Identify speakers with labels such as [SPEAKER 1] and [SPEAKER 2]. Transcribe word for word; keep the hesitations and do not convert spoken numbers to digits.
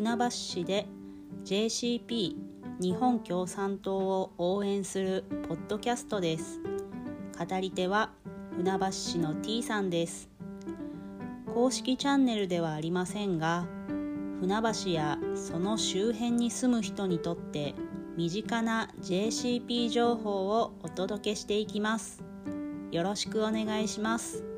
[SPEAKER 1] 船橋市で ジェーシーピー 日本共産党を応援するポッドキャストです。語り手は船橋市の T さんです。公式チャンネルではありませんが、船橋やその周辺に住む人にとって身近な ジェーシーピー 情報をお届けしていきます。よろしくお願いします。